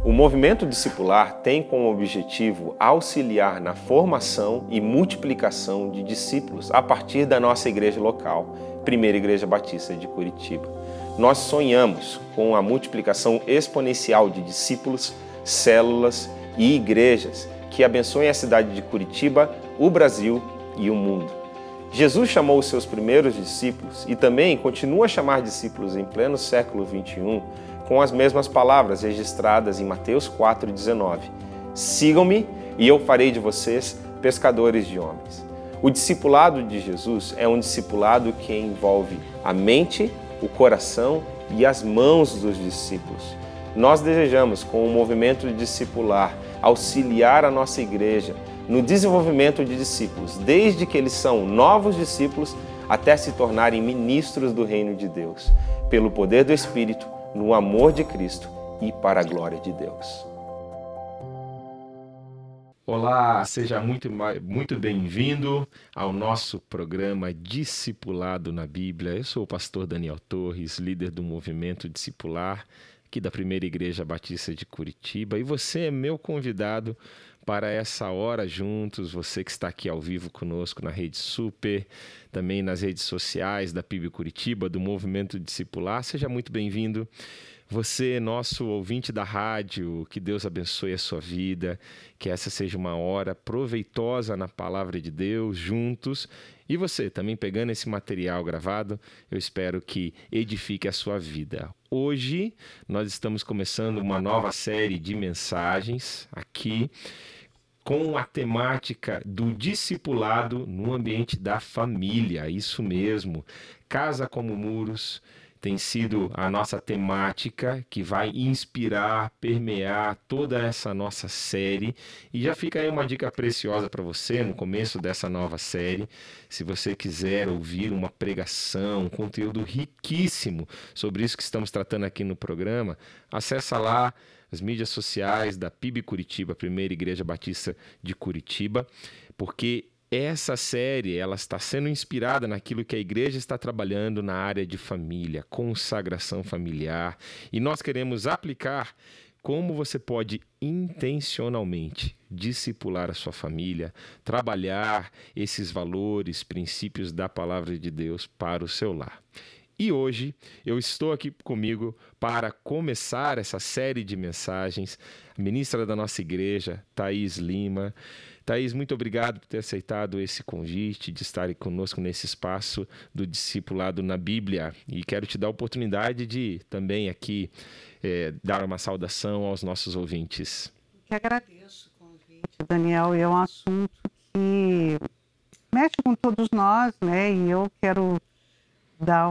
O movimento discipular tem como objetivo auxiliar na formação e multiplicação de discípulos a partir da nossa igreja local, Primeira Igreja Batista de Curitiba. Nós sonhamos com a multiplicação exponencial de discípulos, células e igrejas que abençoem a cidade de Curitiba, o Brasil e o mundo. Jesus chamou os seus primeiros discípulos e também continua a chamar discípulos em pleno século XXI com as mesmas palavras registradas em Mateus 4,19. Sigam-me e eu farei de vocês pescadores de homens. O discipulado de Jesus é um discipulado que envolve a mente, o coração e as mãos dos discípulos. Nós desejamos, com o movimento discipular, auxiliar a nossa igreja no desenvolvimento de discípulos, desde que eles são novos discípulos até se tornarem ministros do reino de Deus, pelo poder do Espírito, no amor de Cristo e para a glória de Deus. Olá, seja muito bem-vindo ao nosso programa Discipulado na Bíblia. Eu sou o pastor Daniel Torres, líder do movimento discipular aqui da Primeira Igreja Batista de Curitiba, e você é meu convidado para essa hora juntos, você que está aqui ao vivo conosco na Rede Super, também nas redes sociais da PIB Curitiba, do Movimento Discipular, seja muito bem-vindo. Você, nosso ouvinte da rádio, que Deus abençoe a sua vida, que essa seja uma hora proveitosa na Palavra de Deus, juntos. E você, também pegando esse material gravado, eu espero que edifique a sua vida. Hoje, nós estamos começando uma nova série de mensagens aqui, com a temática do discipulado no ambiente da família. Isso mesmo, Casa como Muros tem sido a nossa temática que vai inspirar, permear toda essa nossa série. E já fica aí uma dica preciosa para você no começo dessa nova série. Se você quiser ouvir uma pregação, um conteúdo riquíssimo sobre isso que estamos tratando aqui no programa, acessa lá as mídias sociais da PIB Curitiba, Primeira Igreja Batista de Curitiba, porque essa série ela está sendo inspirada naquilo que a igreja está trabalhando na área de família, consagração familiar, e nós queremos aplicar como você pode intencionalmente discipular a sua família, trabalhar esses valores, princípios da palavra de Deus para o seu lar. E hoje eu estou aqui comigo para começar essa série de mensagens, a ministra da nossa igreja, Thaís Lima. Thaís, muito obrigado por ter aceitado esse convite de estar conosco nesse espaço do discipulado na Bíblia. E quero te dar a oportunidade de também aqui dar uma saudação aos nossos ouvintes. Eu que agradeço o convite, Daniel. É um assunto que mexe com todos nós, né? E eu quero dar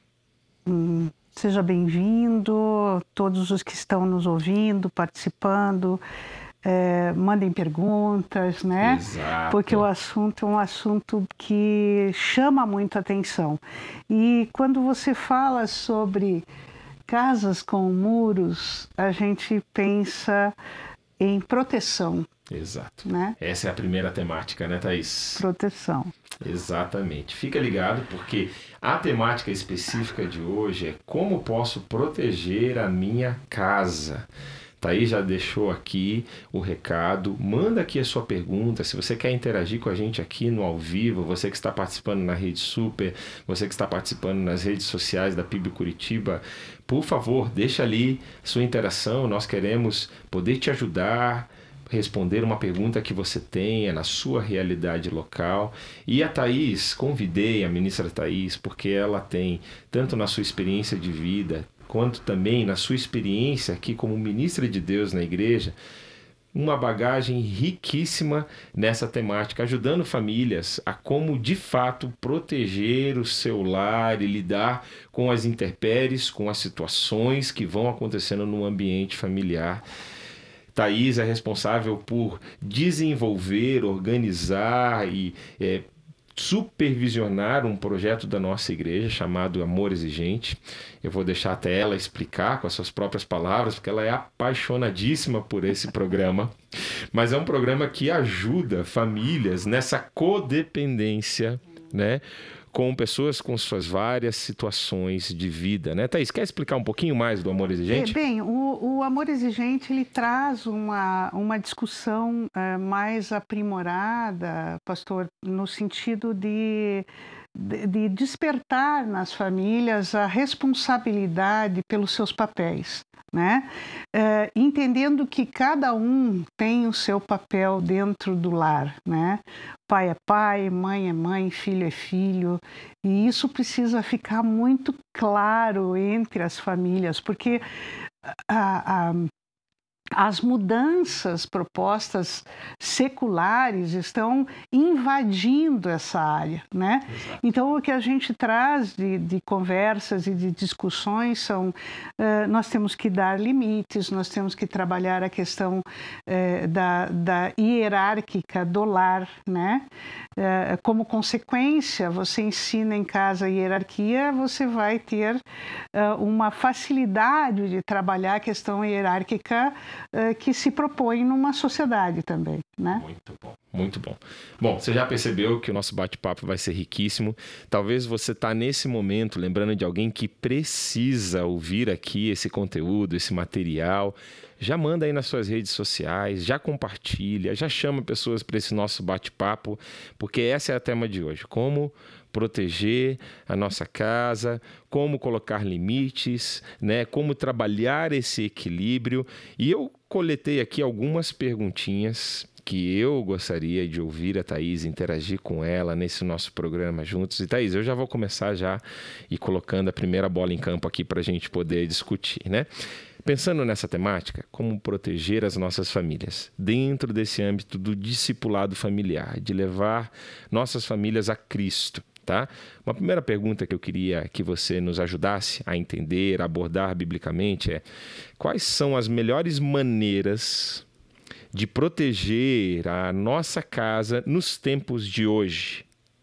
seja bem-vindo, todos os que estão nos ouvindo, participando, mandem perguntas, né? Exato. Porque o assunto é um assunto que chama muito atenção. E quando você fala sobre casas com muros, a gente pensa em proteção. Exato. Né? Essa é a primeira temática, né, Thaís? Proteção. Exatamente. Fica ligado porque a temática específica de hoje é como posso proteger a minha casa. Thaís já deixou aqui o recado, manda aqui a sua pergunta, se você quer interagir com a gente aqui no ao vivo, você que está participando na Rede Super, você que está participando nas redes sociais da PIB Curitiba, por favor, deixa ali sua interação, nós queremos poder te ajudar, responder uma pergunta que você tenha na sua realidade local. E a Thaís, convidei a ministra Thaís, porque ela tem, tanto na sua experiência de vida, quanto também na sua experiência aqui como ministra de Deus na igreja, uma bagagem riquíssima nessa temática, ajudando famílias a como de fato proteger o seu lar e lidar com as intempéries, com as situações que vão acontecendo no ambiente familiar. Thaís é responsável por desenvolver, organizar e supervisionar um projeto da nossa igreja chamado Amor Exigente. Eu vou deixar até ela explicar com as suas próprias palavras, porque ela é apaixonadíssima por esse programa. Mas é um programa que ajuda famílias nessa codependência, né? com pessoas com suas várias situações de vida, né? Thaís, quer explicar um pouquinho mais do amor exigente? Bem, o amor exigente, ele traz uma discussão mais aprimorada, pastor, no sentido de despertar nas famílias a responsabilidade pelos seus papéis, né? Entendendo que cada um tem o seu papel dentro do lar, né? Pai é pai, mãe é mãe, filho é filho, e isso precisa ficar muito claro entre as famílias, porque as mudanças propostas seculares estão invadindo essa área, né? Exato. Então, o que a gente traz de conversas e de discussões são, nós temos que dar limites, nós temos que trabalhar a questão da hierárquica do lar, né? Como consequência, você ensina em casa a hierarquia, você vai ter uma facilidade de trabalhar a questão hierárquica que se propõe numa sociedade também, né? Muito bom, muito bom. Bom, você já percebeu que o nosso bate-papo vai ser riquíssimo. Talvez você está nesse momento lembrando de alguém que precisa ouvir aqui esse conteúdo, esse material. Já manda aí nas suas redes sociais, já compartilha, já chama pessoas para esse nosso bate-papo, porque esse é o tema de hoje. Como proteger a nossa casa, como colocar limites, né? Como trabalhar esse equilíbrio. E eu coletei aqui algumas perguntinhas que eu gostaria de ouvir a Thaís, interagir com ela nesse nosso programa juntos. E Thaís, eu já vou começar já e colocando a primeira bola em campo aqui para a gente poder discutir, né? Pensando nessa temática, como proteger as nossas famílias dentro desse âmbito do discipulado familiar, de levar nossas famílias a Cristo, tá? Uma primeira pergunta que eu queria que você nos ajudasse a entender, a abordar biblicamente é: quais são as melhores maneiras de proteger a nossa casa nos tempos de hoje?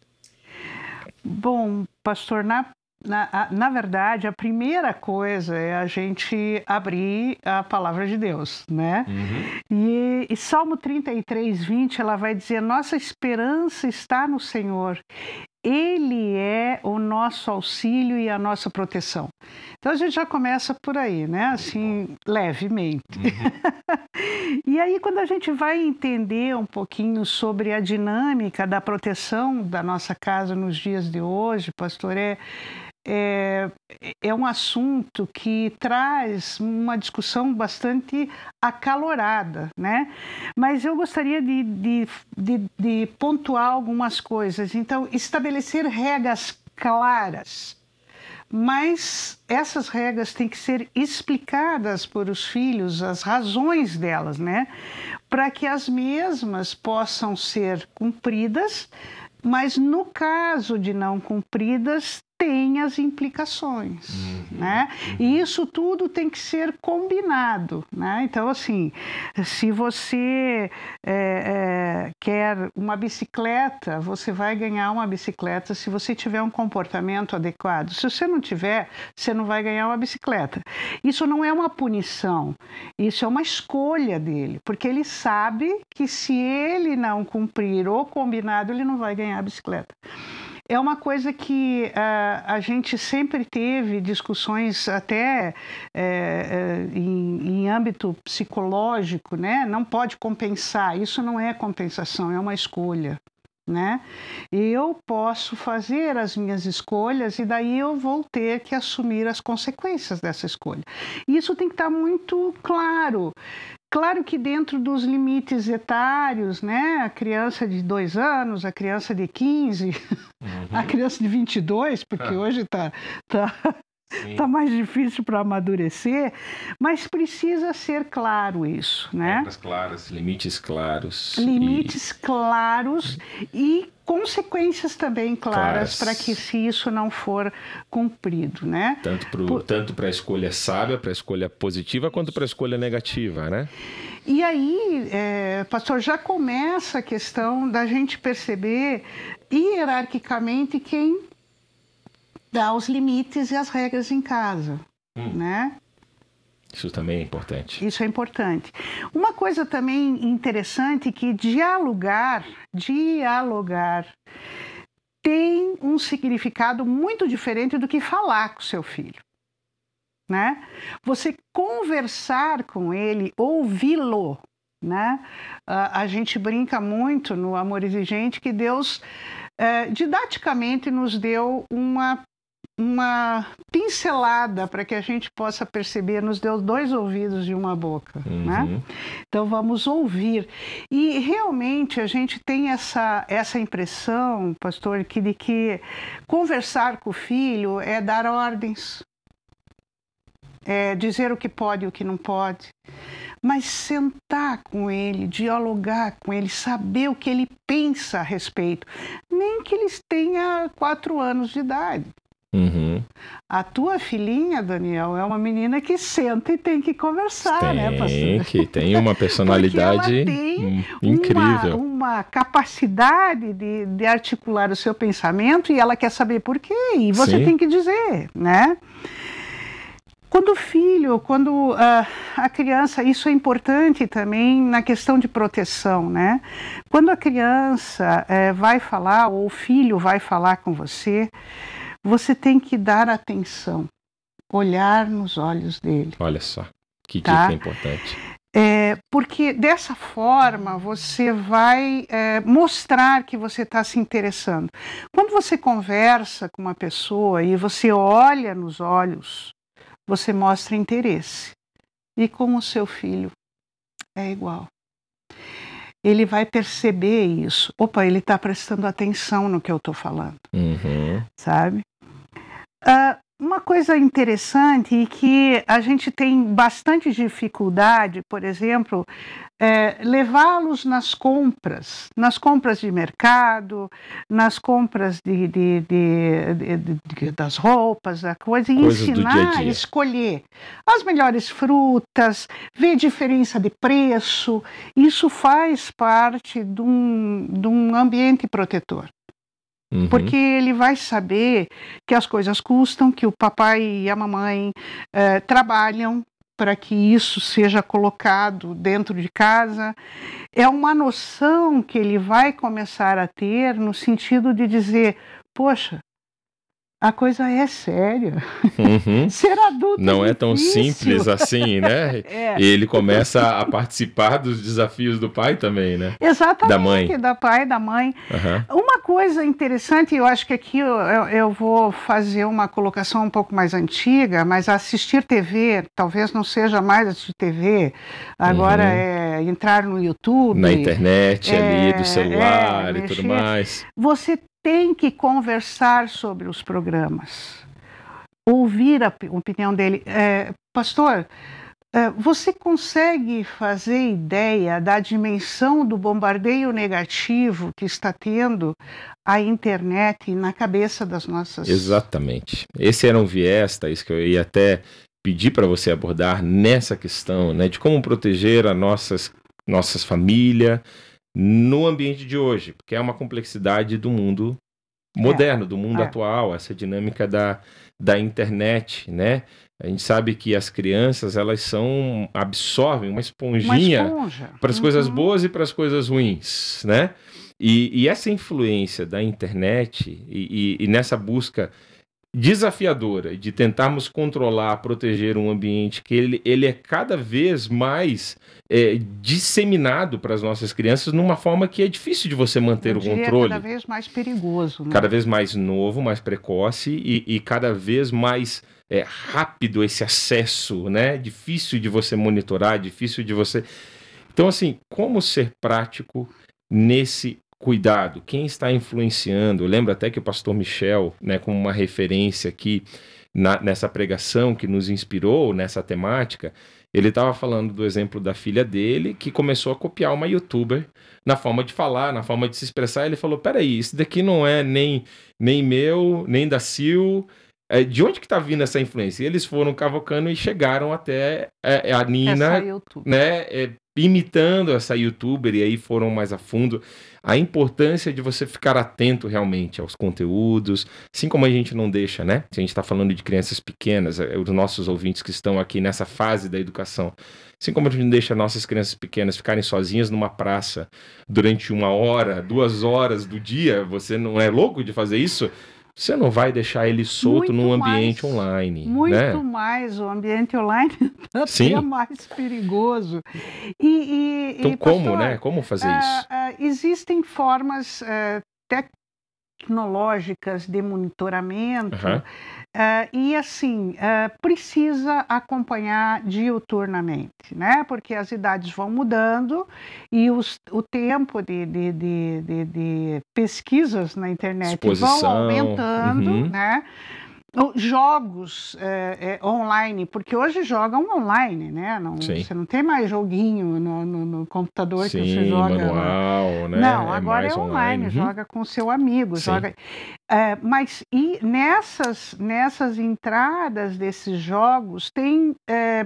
Bom, pastor, na verdade, a primeira coisa é a gente abrir a palavra de Deus, né? E Salmo 33:20, ela vai dizer: nossa esperança está no Senhor. Ele é o nosso auxílio e a nossa proteção. Então a gente já começa por aí, né? Assim, levemente. E aí, quando a gente vai entender um pouquinho sobre a dinâmica da proteção da nossa casa nos dias de hoje, pastor, é um assunto que traz uma discussão bastante acalorada, né? Mas eu gostaria de pontuar algumas coisas. Então, estabelecer regras claras, mas essas regras têm que ser explicadas por os filhos, as razões delas, né? Para que as mesmas possam ser cumpridas, mas no caso de não cumpridas, tem as implicações, né? E isso tudo tem que ser combinado, né? Então, assim, se você quer uma bicicleta, você vai ganhar uma bicicleta se você tiver um comportamento adequado. Se você não tiver, você não vai ganhar uma bicicleta. Isso não é uma punição, isso é uma escolha dele, porque ele sabe que se ele não cumprir o combinado, ele não vai ganhar a bicicleta. É uma coisa que a gente sempre teve discussões até em âmbito psicológico, né? Não pode compensar, isso não é compensação, é uma escolha, né? Eu posso fazer as minhas escolhas e daí eu vou ter que assumir as consequências dessa escolha. Isso tem que estar muito claro. Claro que dentro dos limites etários, né? A criança de 2 anos, a criança de 15, a criança de 22, porque hoje está mais difícil para amadurecer, mas precisa ser claro isso, né? Regras claras, limites claros. Limites claros e consequências também claras para que se isso não for cumprido, né? Tanto para a escolha sábia, para a escolha positiva, quanto para a escolha negativa, né? E aí, pastor, já começa a questão da gente perceber hierarquicamente quem dá os limites e as regras em casa, né? Isso também é importante. Isso é importante. Uma coisa também interessante que dialogar tem um significado muito diferente do que falar com seu filho, né? Você conversar com ele, ouvi-lo, né? A gente brinca muito no Amor Exigente que Deus didaticamente nos deu uma pincelada para que a gente possa perceber, nos deu 2 ouvidos e uma boca, né? Então vamos ouvir. E realmente a gente tem essa impressão, pastor, de que conversar com o filho é dar ordens, é dizer o que pode e o que não pode, mas sentar com ele, dialogar com ele, saber o que ele pensa a respeito, nem que ele tenha 4 anos de idade. A tua filhinha, Daniel, é uma menina que senta e tem que conversar, né, pastor? Tem uma personalidade incrível. Uma capacidade de articular o seu pensamento e ela quer saber por quê, e você tem que dizer, né? Quando o filho, a criança, isso é importante também na questão de proteção, né? Quando a criança vai falar, ou o filho vai falar com você, você tem que dar atenção, olhar nos olhos dele. Olha só, que dica importante. Porque dessa forma você vai mostrar que você está se interessando. Quando você conversa com uma pessoa e você olha nos olhos, você mostra interesse. E com o seu filho é igual. Ele vai perceber isso. Opa, ele está prestando atenção no que eu estou falando. Sabe? Uma coisa interessante e que a gente tem bastante dificuldade, por exemplo, levá-los nas compras de mercado, nas compras das roupas, a coisa, e ensinar a escolher as melhores frutas, ver diferença de preço. Isso faz parte de um ambiente protetor. Porque ele vai saber que as coisas custam, que o papai e a mamãe trabalham para que isso seja colocado dentro de casa. É uma noção que ele vai começar a ter no sentido de dizer, poxa, a coisa é séria. Ser adulto não é tão simples assim, né? E ele começa a participar dos desafios do pai também, né? Exatamente, da mãe. Da pai, da mãe. Uma coisa interessante, eu acho que aqui eu vou fazer uma colocação um pouco mais antiga, mas assistir TV, talvez não seja mais assistir TV, agora é entrar no YouTube. Na internet ali, do celular e tudo mais. Você tem que conversar sobre os programas, ouvir a opinião dele. Pastor, você consegue fazer ideia da dimensão do bombardeio negativo que está tendo a internet na cabeça das nossas... Exatamente. Esse era um viés, Thaís, que eu ia até pedir para você abordar nessa questão, né, de como proteger as nossas famílias no ambiente de hoje, porque é uma complexidade do mundo moderno, do mundo atual, essa dinâmica da internet, né? A gente sabe que as crianças, elas absorvem uma esponjinha para as coisas boas e para as coisas ruins, né? E essa influência da internet e nessa busca desafiadora de tentarmos controlar, proteger um ambiente que ele é cada vez mais disseminado para as nossas crianças numa forma que é difícil de você manter o controle. Cada vez mais perigoso. Né? Cada vez mais novo, mais precoce e cada vez mais rápido esse acesso, né? Difícil de você monitorar, difícil de você... Então, assim, como ser prático nesse cuidado? Quem está influenciando? Eu lembro até que o pastor Michel, né, como uma referência aqui nessa pregação que nos inspirou nessa temática, ele estava falando do exemplo da filha dele, que começou a copiar uma youtuber na forma de falar, na forma de se expressar. Ele falou, peraí, isso daqui não é nem meu, nem da Sil. De onde que está vindo essa influência? E eles foram cavocando e chegaram até a Nina, né, imitando essa youtuber, e aí foram mais a fundo. a importância de você ficar atento realmente aos conteúdos, assim como a gente não deixa, né? Se a gente está falando de crianças pequenas, os nossos ouvintes que estão aqui nessa fase da educação, assim como a gente não deixa nossas crianças pequenas ficarem sozinhas numa praça durante 1 hora, 2 horas do dia, você não é louco de fazer isso? Você não vai deixar ele solto num ambiente online, muito né? mais. O ambiente online até Sim. mais perigoso. Então, como, né? Como fazer isso? Existem formas tecnológicas de monitoramento. Aham. E assim, precisa acompanhar diuturnamente, né? Porque as idades vão mudando e o tempo de pesquisas na internet vão Exposição. aumentando, Uhum. né? Jogos online, porque hoje jogam online, né? Sim. Você não tem mais joguinho no computador que você Sim, joga. manual, né? Não, agora mais é online, Uhum. joga com seu amigo, Sim. joga. Mas e nessas entradas desses jogos tem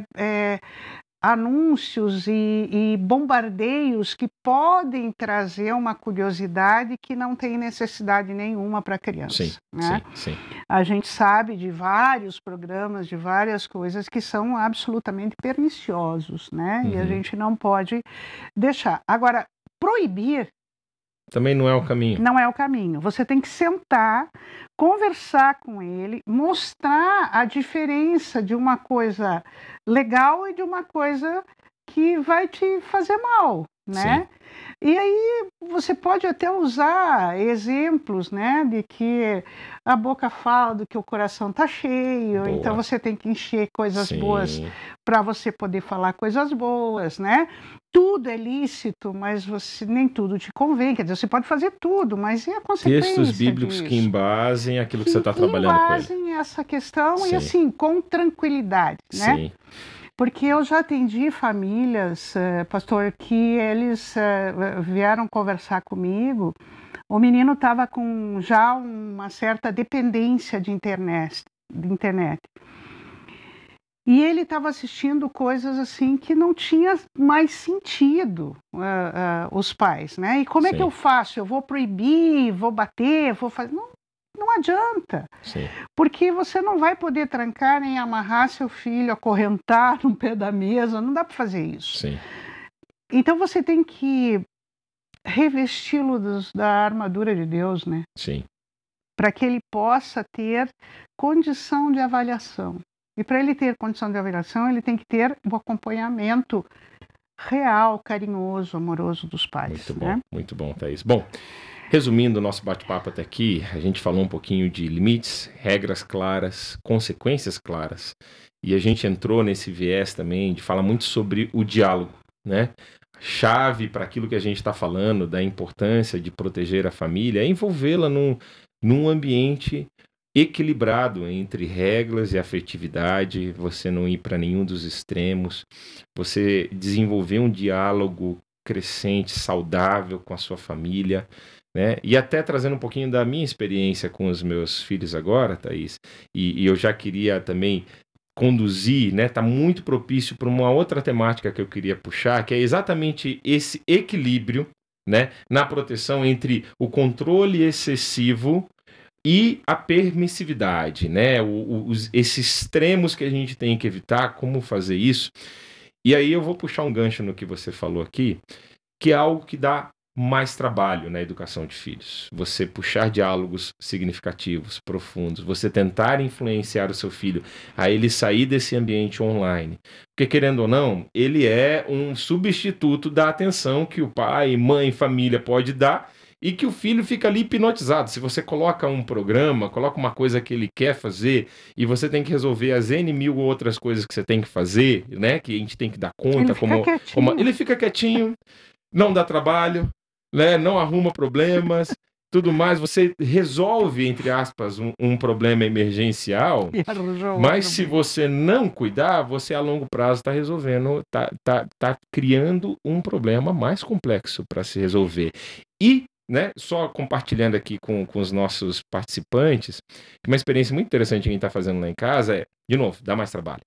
anúncios e bombardeios que podem trazer uma curiosidade que não tem necessidade nenhuma para a criança, Sim, né? sim. A gente sabe de vários programas, de várias coisas que são absolutamente perniciosos, né? E a Uhum. gente não pode deixar. Agora, proibir Também não é o caminho. não é o caminho. Você tem que sentar, conversar com ele, mostrar a diferença de uma coisa legal e de uma coisa que vai te fazer mal, né? Sim. E aí você pode até usar exemplos, né, de que a boca fala do que o coração está cheio, Boa. então você tem que encher coisas Sim. boas para você poder falar coisas boas, né? Tudo é lícito, mas nem tudo te convém. Quer dizer, você pode fazer tudo, mas e a consequência Textos bíblicos que disso? embasem aquilo que você está trabalhando com ele. Embasem essa questão Sim. e assim, com tranquilidade, né? Sim. Porque eu já atendi famílias, pastor, que eles vieram conversar comigo. O menino estava com já uma certa dependência de internet. E ele estava assistindo coisas assim que não tinha mais sentido, os pais, né? E como é que Sim. eu faço? Eu vou proibir, vou bater, vou fazer... Não adianta. Sim. Porque você não vai poder trancar nem amarrar seu filho, acorrentar no pé da mesa, não dá para fazer isso. Sim. Então você tem que revesti-lo da armadura de Deus, né? Sim. Para que ele possa ter condição de avaliação. E para ele ter condição de avaliação, ele tem que ter o acompanhamento real, carinhoso, amoroso dos pais. Muito bom, Thaís. Bom, resumindo o nosso bate-papo até aqui, a gente falou um pouquinho de limites, regras claras, consequências claras. E a gente entrou nesse viés também de falar muito sobre o diálogo, né? Chave para aquilo que a gente está falando, da importância de proteger a família, é envolvê-la num ambiente equilibrado entre regras e afetividade, você não ir para nenhum dos extremos, você desenvolver um diálogo crescente, saudável com a sua família, né? E até trazendo um pouquinho da minha experiência com os meus filhos agora, Thaís, e eu já queria também conduzir, né? Tá muito propício para uma outra temática que eu queria puxar, que é exatamente esse equilíbrio, né? Na proteção entre o controle excessivo e a permissividade, né? Esses extremos que a gente tem que evitar, como fazer isso. E aí eu vou puxar um gancho no que você falou aqui, que é algo que dá mais trabalho na educação de filhos. Você puxar diálogos significativos, profundos, você tentar influenciar o seu filho a ele sair desse ambiente online. Porque, querendo ou não, ele é um substituto da atenção que o pai, mãe, família pode dar e que o filho fica ali hipnotizado. Se você coloca um programa, coloca uma coisa que ele quer fazer e você tem que resolver as N mil outras coisas que você tem que fazer, né? Que a gente tem que dar conta. Ele fica quietinho, não dá trabalho, né? Não arruma problemas, tudo mais. Você resolve, entre aspas, um problema emergencial, mas se você não cuidar, você a longo prazo está resolvendo, tá criando um problema mais complexo para se resolver. E, né, só compartilhando aqui com os nossos participantes, uma experiência muito interessante que a gente está fazendo lá em casa é, de novo, dá mais trabalho,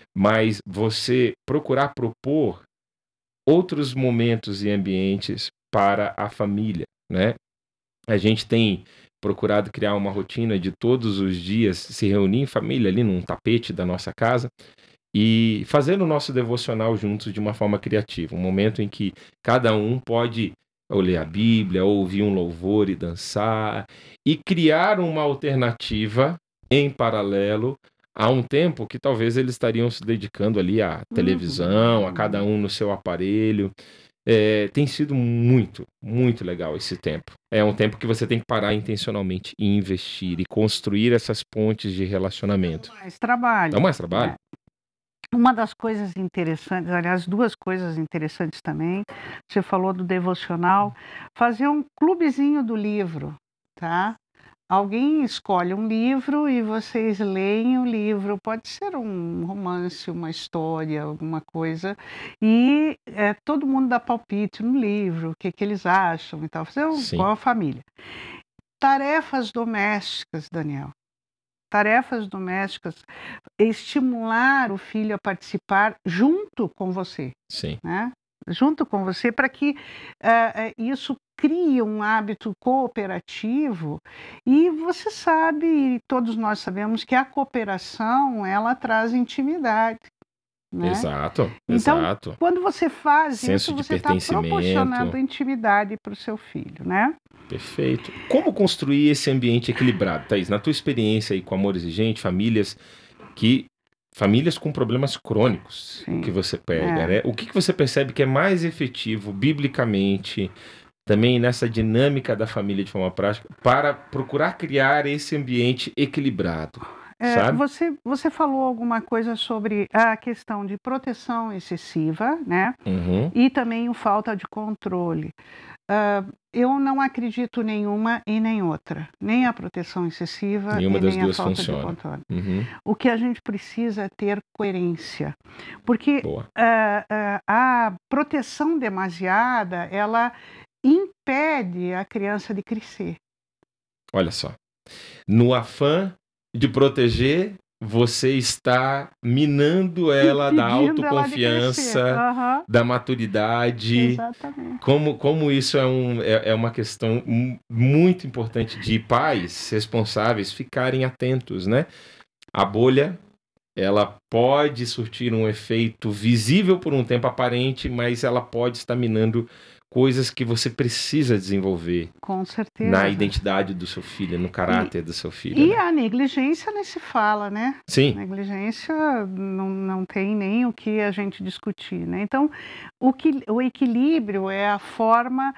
mas você procurar propor outros momentos e ambientes para a família, né? A gente tem procurado criar uma rotina de todos os dias se reunir em família ali num tapete da nossa casa e fazer o nosso devocional juntos de uma forma criativa. Um momento em que cada um pode ou ler a Bíblia, ou ouvir um louvor e dançar, e criar uma alternativa em paralelo a um tempo que talvez eles estariam se dedicando ali à televisão, a cada um no seu aparelho. Tem sido muito, muito legal esse tempo. É um tempo que você tem que parar intencionalmente e investir e construir essas pontes de relacionamento. Mais trabalho. Dá mais trabalho? Uma das coisas interessantes, aliás, duas coisas interessantes também, você falou do devocional, fazer um clubezinho do livro, tá? Alguém escolhe um livro e vocês leem o livro, pode ser um romance, uma história, alguma coisa, e todo mundo dá palpite no livro, o que eles acham e tal, fazer com a família. Tarefas domésticas, Daniel. Tarefas domésticas, estimular o filho a participar junto com você. Sim. Né? Junto com você, para que isso crie um hábito cooperativo. E você sabe, e todos nós sabemos, que a cooperação, ela traz intimidade. Né? Exato, então, exato. Quando você faz senso isso, de você está proporcionando intimidade para o seu filho, né? Perfeito. Como construir esse ambiente equilibrado, Thaís? Na tua experiência aí com Amor Exigente, famílias com problemas crônicos, Sim. que você pega, né? O que você percebe que é mais efetivo biblicamente, também nessa dinâmica da família de forma prática, para procurar criar esse ambiente equilibrado? Você falou alguma coisa sobre a questão de proteção excessiva, né? Uhum. E também falta de controle. Eu não acredito nenhuma e nem outra. Nem a proteção excessiva Nenhuma e das nem duas a falta funciona. de controle. Uhum. O que a gente precisa é ter coerência. Porque a proteção demasiada, ela impede a criança de crescer. Olha só. No afã de proteger, você está minando ela da autoconfiança, da maturidade. Exatamente. Como isso é uma questão muito importante de pais responsáveis ficarem atentos, né? A bolha, ela pode surtir um efeito visível por um tempo aparente, mas ela pode estar minando coisas que você precisa desenvolver. Com certeza. Na identidade do seu filho, no caráter do seu filho. E né? a negligência nem se fala, né? Sim. A negligência não tem nem o que a gente discutir, né? Então, o equilíbrio é a forma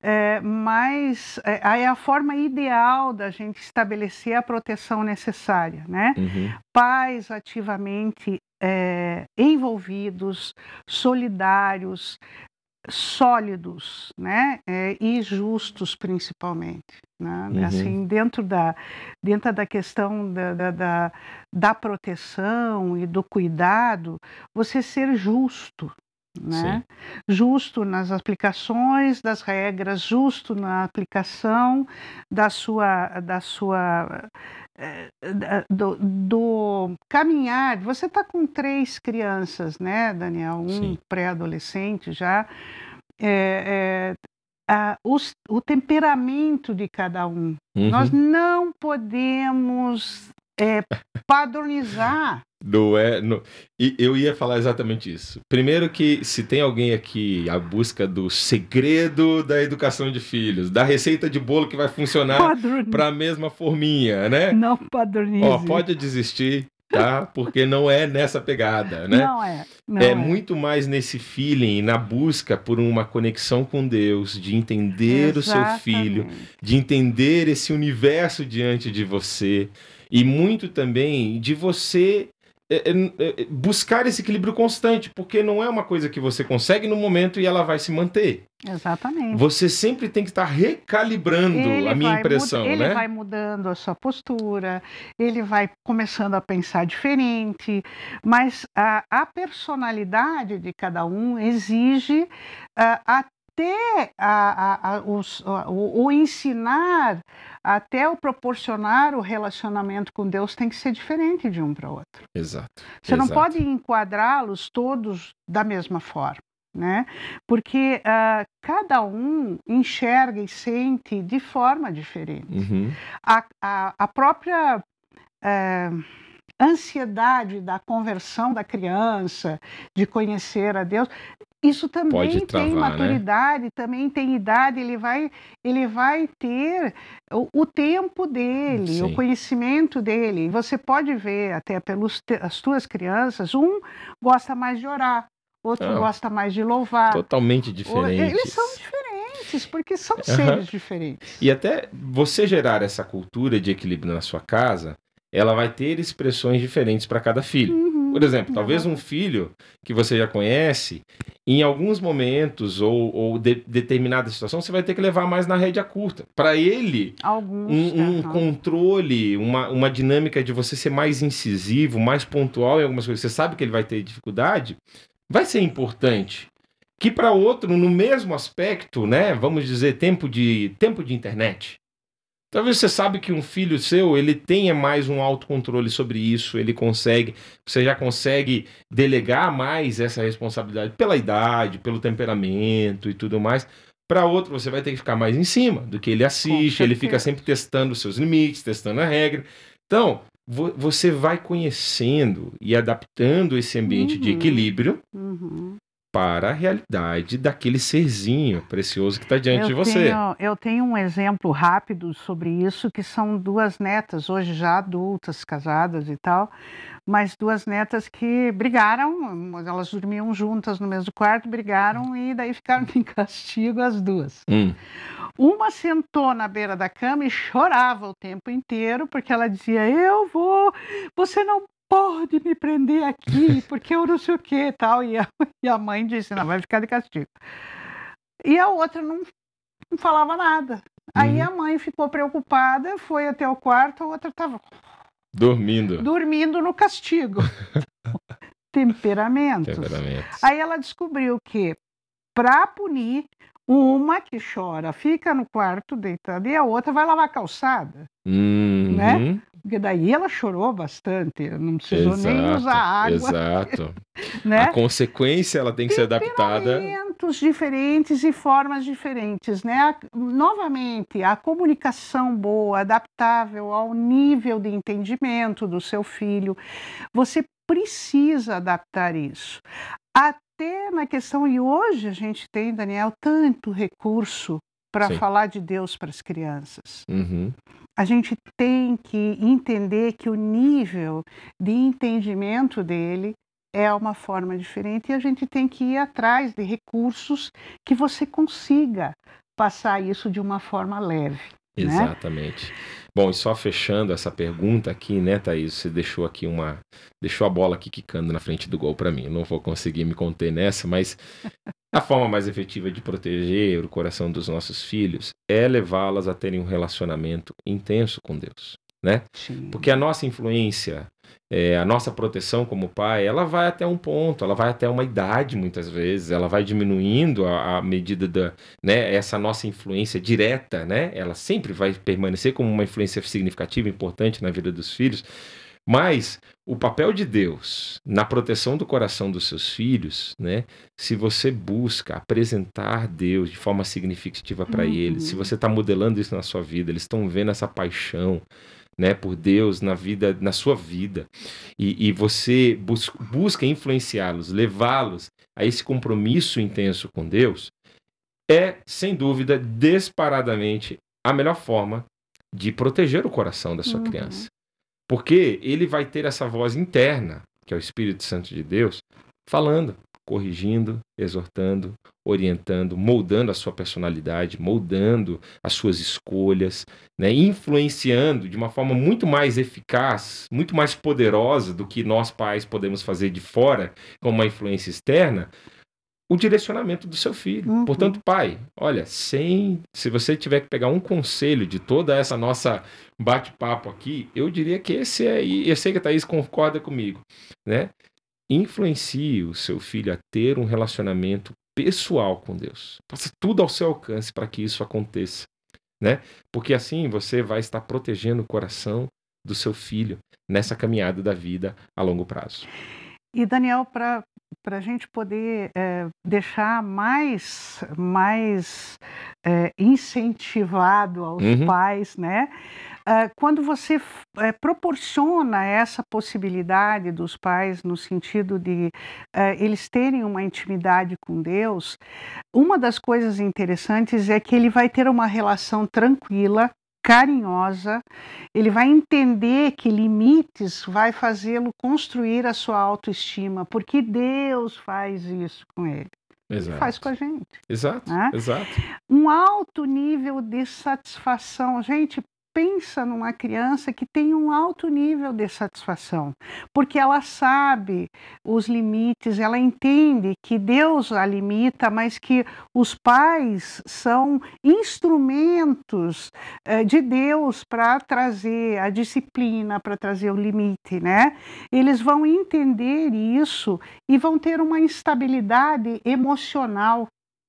é a forma ideal da gente estabelecer a proteção necessária, né? Uhum. Pais ativamente envolvidos, solidários, sólidos, né? E justos principalmente, né? Uhum. Assim, dentro da questão da proteção e do cuidado, você ser justo, né? Sim. Justo nas aplicações das regras, justo na aplicação do caminhar. Você está com 3 crianças, né, Daniel? Sim. Pré-adolescente já. O temperamento de cada um. Uhum. Nós não podemos padronizar. E eu ia falar exatamente isso. Primeiro que se tem alguém aqui à busca do segredo da educação de filhos, da receita de bolo que vai funcionar para a mesma forminha, né? Não padronize. Pode desistir, tá? Porque não é nessa pegada, né? Não é muito mais nesse feeling, na busca por uma conexão com Deus, de entender o seu filho, de entender esse universo diante de você, e muito também de você buscar esse equilíbrio constante, porque não é uma coisa que você consegue no momento e ela vai se manter. Exatamente. Você sempre tem que estar recalibrando, a minha impressão, né? Ele vai mudando a sua postura, ele vai começando a pensar diferente, mas a personalidade de cada um exige até o ensinar, até o proporcionar o relacionamento com Deus tem que ser diferente de um para o outro. Exato. Você não pode enquadrá-los todos da mesma forma. né? Porque cada um enxerga e sente de forma diferente. Uhum. A própria ansiedade da conversão da criança, de conhecer a Deus, isso também tem maturidade, né? Também tem idade, ele vai ter o tempo dele, sim, o conhecimento dele. Você pode ver até as tuas crianças, um gosta mais de orar, outro gosta mais de louvar. Totalmente diferentes. Eles são diferentes, porque são seres diferentes. E até você gerar essa cultura de equilíbrio na sua casa, ela vai ter expressões diferentes para cada filho. Por exemplo, talvez um filho que você já conhece, em alguns momentos ou determinada situação, você vai ter que levar mais na rédea curta. Para ele, um controle, uma dinâmica de você ser mais incisivo, mais pontual em algumas coisas, você sabe que ele vai ter dificuldade, vai ser importante. Que para outro, no mesmo aspecto, né, vamos dizer, tempo de internet. Talvez você sabe que um filho seu, ele tenha mais um autocontrole sobre isso, você já consegue delegar mais essa responsabilidade pela idade, pelo temperamento e tudo mais. Para outro, você vai ter que ficar mais em cima do que ele assiste, ele fica sempre testando os seus limites, testando a regra. Então, você vai conhecendo e adaptando esse ambiente de equilíbrio para a realidade daquele serzinho precioso que está diante de você. Eu tenho um exemplo rápido sobre isso, que são duas netas, hoje já adultas, casadas e tal, mas duas netas que brigaram, elas dormiam juntas no mesmo quarto, brigaram e daí ficaram em castigo as duas. Uma sentou na beira da cama e chorava o tempo inteiro, porque ela dizia, você não pode me prender aqui, porque eu não sei o que e tal. E a mãe disse, não, vai ficar de castigo. E a outra não falava nada. Aí a mãe ficou preocupada, foi até o quarto, a outra estava dormindo no castigo. Temperamentos. Aí ela descobriu que, para punir, uma que chora fica no quarto deitada e a outra vai lavar a calçada. Né? Porque daí ela chorou bastante, não precisou nem usar água. Exato. Né? A consequência ela tem que ser adaptada. Temperamentos diferentes e formas diferentes, né? Novamente, a comunicação boa, adaptável ao nível de entendimento do seu filho. Você precisa adaptar isso. Até na questão, e hoje a gente tem, Daniel, tanto recurso para falar de Deus para as crianças. A gente tem que entender que o nível de entendimento dele é uma forma diferente e a gente tem que ir atrás de recursos que você consiga passar isso de uma forma leve. Exatamente. Né? Bom, e só fechando essa pergunta aqui, né, Thaís? Você deixou a bola aqui quicando na frente do gol para mim. Eu não vou conseguir me conter nessa, mas a forma mais efetiva de proteger o coração dos nossos filhos é levá-las a terem um relacionamento intenso com Deus, né? Sim. Porque a nossa influência, a nossa proteção como pai, ela vai até um ponto, ela vai até uma idade muitas vezes, ela vai diminuindo à medida da, né, essa nossa influência direta, né? Ela sempre vai permanecer como uma influência significativa, importante na vida dos filhos. Mas o papel de Deus na proteção do coração dos seus filhos, né? Se você busca apresentar Deus de forma significativa para eles, se você está modelando isso na sua vida, eles estão vendo essa paixão, né, por Deus na sua vida, e você busca influenciá-los, levá-los a esse compromisso intenso com Deus, é, sem dúvida, disparadamente a melhor forma de proteger o coração da sua criança. Porque ele vai ter essa voz interna, que é o Espírito Santo de Deus, falando, corrigindo, exortando, orientando, moldando a sua personalidade, moldando as suas escolhas, né, influenciando de uma forma muito mais eficaz, muito mais poderosa do que nós pais podemos fazer de fora, com uma influência externa, o direcionamento do seu filho. Portanto, pai, olha, se você tiver que pegar um conselho de toda essa nossa bate-papo aqui, eu diria que esse aí, eu sei que a Thaís concorda comigo, né? Influencie o seu filho a ter um relacionamento pessoal com Deus. Faça tudo ao seu alcance para que isso aconteça, né? Porque assim você vai estar protegendo o coração do seu filho nessa caminhada da vida a longo prazo. E, Daniel, para para a gente poder deixar mais incentivado aos pais, né? Quando você proporciona essa possibilidade dos pais no sentido de eles terem uma intimidade com Deus, uma das coisas interessantes é que ele vai ter uma relação tranquila, carinhosa, ele vai entender que limites vai fazê-lo construir a sua autoestima, porque Deus faz isso com ele. Ele faz com a gente. Exato, né? exato. Um alto nível de satisfação. Gente, pensa numa criança que tem um alto nível de satisfação, porque ela sabe os limites, ela entende que Deus a limita, mas que os pais são instrumentos de Deus para trazer a disciplina, para trazer o limite, né? Eles vão entender isso e vão ter uma estabilidade emocional.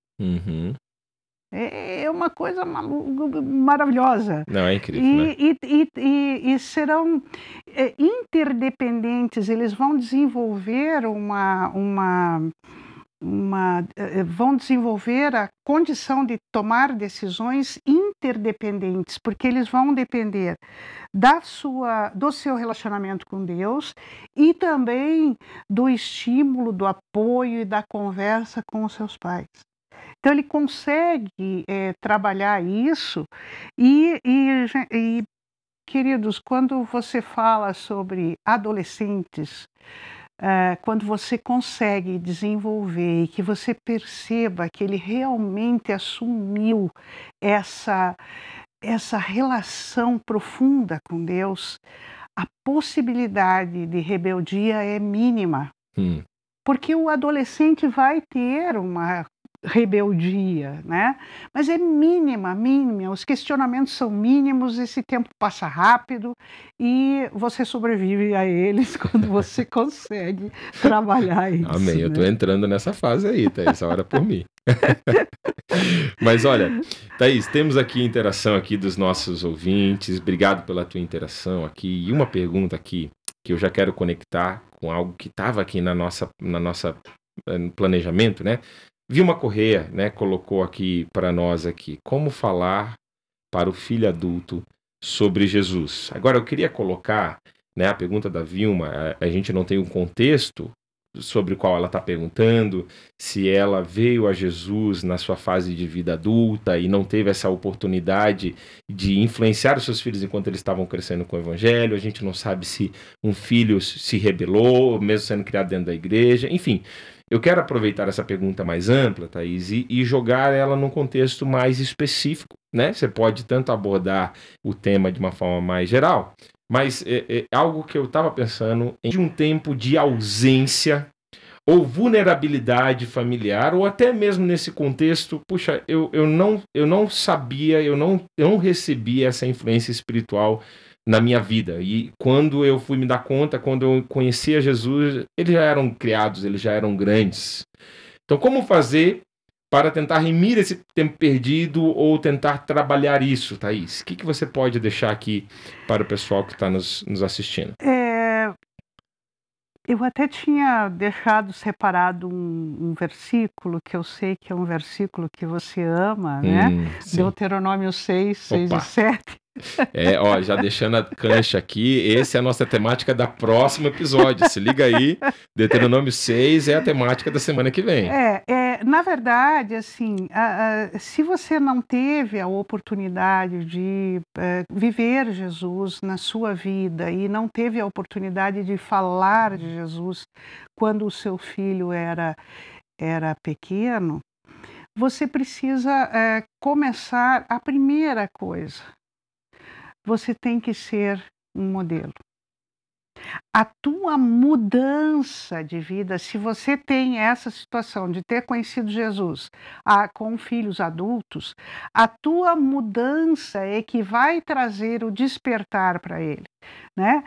É uma coisa maravilhosa. Não, é incrível, né? E serão interdependentes, eles vão desenvolver vão desenvolver a condição de tomar decisões interdependentes, porque eles vão depender do seu relacionamento com Deus e também do estímulo, do apoio e da conversa com os seus pais. Então ele consegue trabalhar isso e, queridos, quando você fala sobre adolescentes, quando você consegue desenvolver e que você perceba que ele realmente assumiu essa relação profunda com Deus, a possibilidade de rebeldia é mínima. Porque o adolescente vai ter uma rebeldia, né? Mas é mínima, os questionamentos são mínimos, esse tempo passa rápido e você sobrevive a eles quando você consegue trabalhar isso. Amém, eu tô entrando nessa fase aí, Thaís, ora por mim. Mas olha, Thaís, temos aqui interação aqui dos nossos ouvintes, obrigado pela tua interação aqui, e uma pergunta aqui que eu já quero conectar com algo que estava aqui na nossa planejamento, né? Vilma Correia, né, colocou aqui para nós aqui, como falar para o filho adulto sobre Jesus. Agora eu queria colocar, né, a pergunta da Vilma, a gente não tem um contexto sobre o qual ela está perguntando, se ela veio a Jesus na sua fase de vida adulta e não teve essa oportunidade de influenciar os seus filhos enquanto eles estavam crescendo com o evangelho, a gente não sabe se um filho se rebelou, mesmo sendo criado dentro da igreja, enfim. Eu quero aproveitar essa pergunta mais ampla, Thaís, e jogar ela num contexto mais específico, né? Você pode tanto abordar o tema de uma forma mais geral, mas é algo que eu estava pensando em um tempo de ausência ou vulnerabilidade familiar, ou até mesmo nesse contexto, puxa, eu não sabia, eu não recebi essa influência espiritual na minha vida. E quando eu fui me dar conta, quando eu conhecia Jesus, eles já eram criados, eles já eram grandes. Então, como fazer para tentar remir esse tempo perdido ou tentar trabalhar isso, Thaís? O que você pode deixar aqui para o pessoal que está nos assistindo? Eu até tinha deixado separado um versículo, que eu sei que é um versículo que você ama, né? Deuteronômio 6, 6 e 7. Já deixando a cancha aqui, essa é a nossa temática da próximo episódio. Se liga aí, Deuteronômio 6 é a temática da semana que vem. Na verdade, assim, se você não teve a oportunidade de viver Jesus na sua vida e não teve a oportunidade de falar de Jesus quando o seu filho era pequeno, você precisa começar a primeira coisa. Você tem que ser um modelo. A tua mudança de vida, se você tem essa situação de ter conhecido Jesus com filhos adultos, a tua mudança é que vai trazer o despertar para ele, né?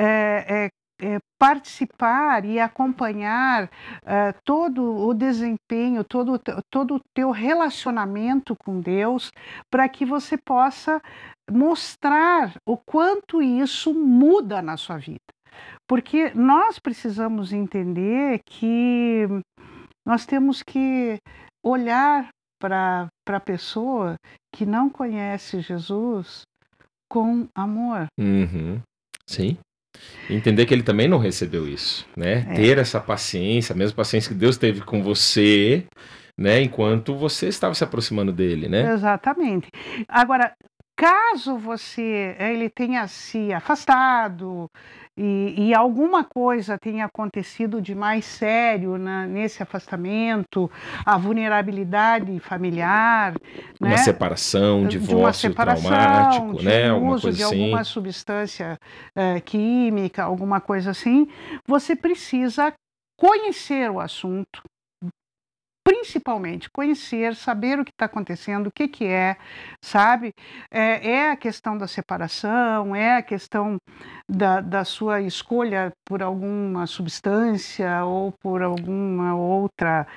Participar e acompanhar todo o desempenho, todo o teu relacionamento com Deus, para que você possa mostrar o quanto isso muda na sua vida. Porque nós precisamos entender que nós temos que olhar para a pessoa que não conhece Jesus com amor. Uhum. Sim. Entender que ele também não recebeu isso, né? Ter essa paciência, a mesma paciência que Deus teve com você, né? Enquanto você estava se aproximando dele, né? Exatamente. Agora, caso ele tenha se afastado e alguma coisa tenha acontecido de mais sério nesse afastamento, a vulnerabilidade familiar, Uma né? separação, um De uma divórcio separação, traumático, de né? um Alguma uso coisa de assim. alguma substância química, alguma coisa assim, você precisa conhecer o assunto, principalmente conhecer, saber o que está acontecendo, o que é, sabe? É a questão da separação, é a questão da sua escolha por alguma substância ou por alguma outra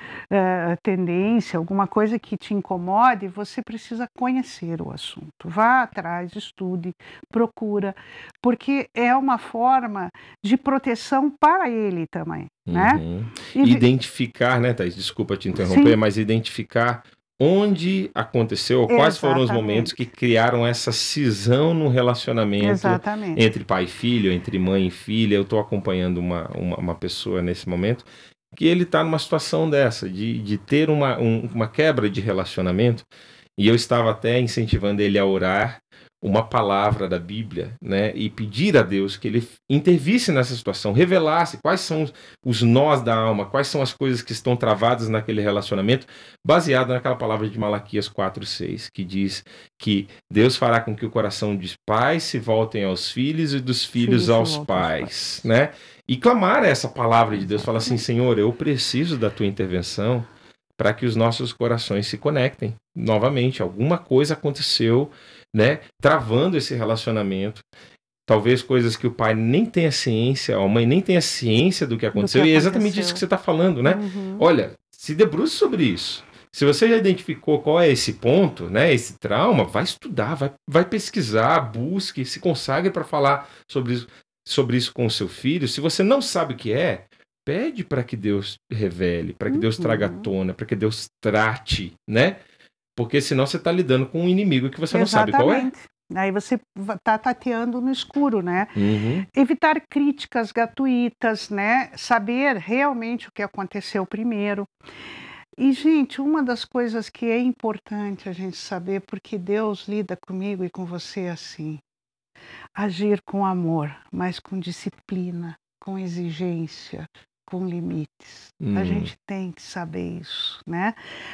tendência, alguma coisa que te incomode, você precisa conhecer o assunto. Vá atrás, estude, procura, porque é uma forma de proteção para ele também. Né? Uhum. Identificar, né, Thaís? Desculpa te interromper, mas identificar onde aconteceu, quais foram os momentos que criaram essa cisão no relacionamento entre pai e filho, entre mãe e filha. Eu estou acompanhando uma pessoa nesse momento que ele está numa situação dessa, de ter uma quebra de relacionamento, e eu estava até incentivando ele a orar uma palavra da Bíblia, né, e pedir a Deus que ele intervisse nessa situação, revelasse quais são os nós da alma, quais são as coisas que estão travadas naquele relacionamento, baseado naquela palavra de Malaquias 4:6, que diz que Deus fará com que o coração dos pais se voltem aos filhos e dos filhos aos pais, né? E clamar essa palavra de Deus, falar assim: Senhor, eu preciso da tua intervenção para que os nossos corações se conectem novamente. Alguma coisa aconteceu, né, travando esse relacionamento. Talvez coisas que o pai nem tenha ciência, a mãe nem tenha ciência do que aconteceu. E é exatamente isso que você está falando, né? Olha, se debruce sobre isso. Se você já identificou qual é esse ponto, né, esse trauma, vai estudar, vai pesquisar, busque, se consagre para falar sobre isso com o seu filho. Se você não sabe o que é, pede para que Deus revele, para que Deus traga à tona, para que Deus trate, né? Porque senão você está lidando com um inimigo que você não sabe qual é. Aí você está tateando no escuro, né? Evitar críticas gratuitas, né? Saber realmente o que aconteceu primeiro. E, gente, uma das coisas que é importante a gente saber, porque Deus lida comigo e com você assim, agir com amor, mas com disciplina, com exigência, com limites. A gente tem que saber isso, né?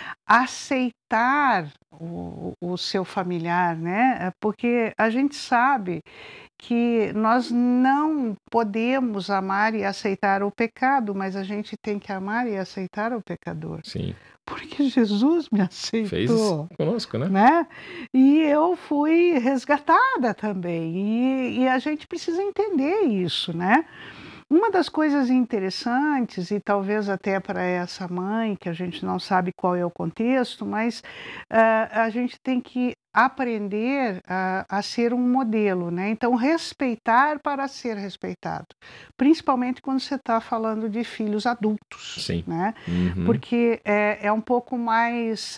Aceitar o seu familiar, né? Porque a gente sabe que nós não podemos amar e aceitar o pecado, mas a gente tem que amar e aceitar o pecador. Sim. Porque Jesus me aceitou. Fez conosco, né? E eu fui resgatada também. E a gente precisa entender isso, né? Uma das coisas interessantes, e talvez até para essa mãe, que a gente não sabe qual é o contexto, mas a gente tem que aprender a ser um modelo, né? Então, respeitar para ser respeitado. Principalmente quando você está falando de filhos adultos. Sim. Né? Porque é um pouco mais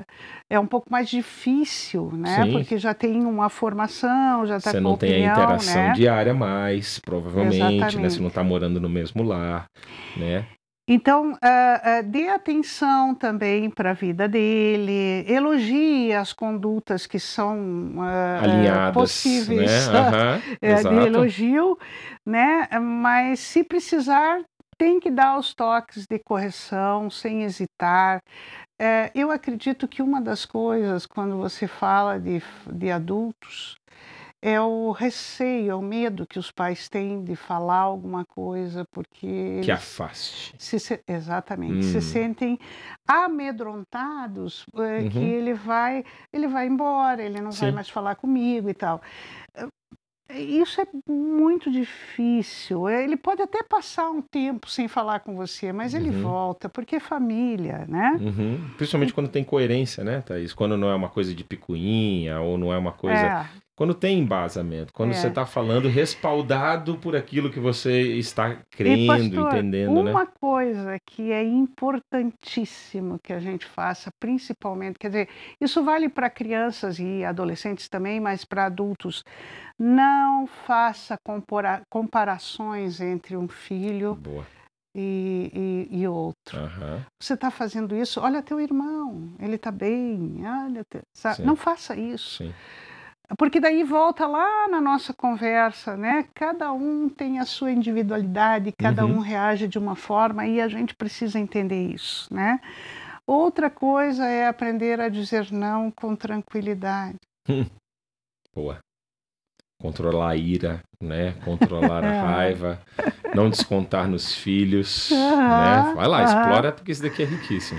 difícil, né? Sim. Porque já tem uma formação, já está com opinião, né? Você não tem a interação diária mais, provavelmente, né? Você não está morando no mesmo lar, né? Então, dê atenção também para a vida dele, elogie as condutas que são alinhadas, possíveis, né? de elogio, né? Mas se precisar, tem que dar os toques de correção sem hesitar. Eu acredito que uma das coisas, quando você fala de adultos, é o receio, é o medo que os pais têm de falar alguma coisa, porque que afaste. Exatamente. Se sentem amedrontados que ele vai embora, ele não vai mais falar comigo e tal. Isso é muito difícil. Ele pode até passar um tempo sem falar com você, mas ele volta, porque é família, né? Principalmente quando tem coerência, né, Thaís? Quando não é uma coisa de picuinha ou não é uma coisa quando tem embasamento, quando você está falando respaldado por aquilo que você está crendo, E, pastor, entendendo, né? uma coisa que é importantíssimo que a gente faça, principalmente, quer dizer, isso vale para crianças e adolescentes também, mas para adultos, não faça comparações entre um filho Boa. e outro. Aham. Você está fazendo isso, olha teu irmão, ele está bem, sabe? Sim. Não faça isso. Sim. Porque daí volta lá na nossa conversa, né? Cada um tem a sua individualidade, cada um reage de uma forma e a gente precisa entender isso, né? Outra coisa é aprender a dizer não com tranquilidade. Boa. Controlar a ira, né? Controlar a raiva, não descontar nos filhos, né? Vai lá, explora, porque isso daqui é riquíssimo.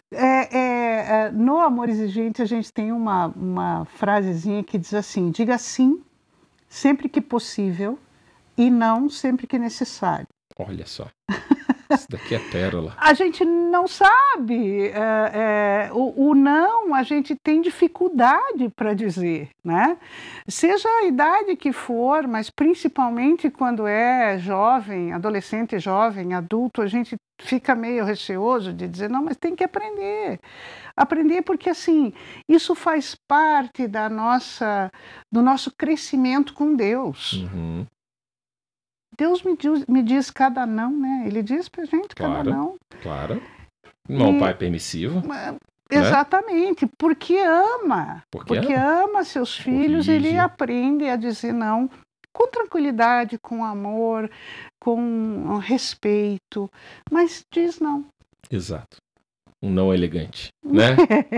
No Amor Exigente, a gente tem uma frasezinha que diz assim: diga sim sempre que possível e não sempre que necessário. Olha só, isso daqui é pérola. A gente não sabe, o não a gente tem dificuldade para dizer, né? Seja a idade que for, mas principalmente quando é jovem, adolescente, jovem, adulto, a gente fica meio receoso de dizer, não, mas tem que aprender. Aprender porque, assim, isso faz parte do nosso crescimento com Deus. Uhum. Deus me diz cada não, né? Ele diz pra gente cada não. Claro. Não é um pai permissivo. Exatamente, porque ama. Porque ama seus filhos, corrige. ele aprende a dizer não com tranquilidade, com amor, com respeito, mas diz não. Exato. Um não elegante, né?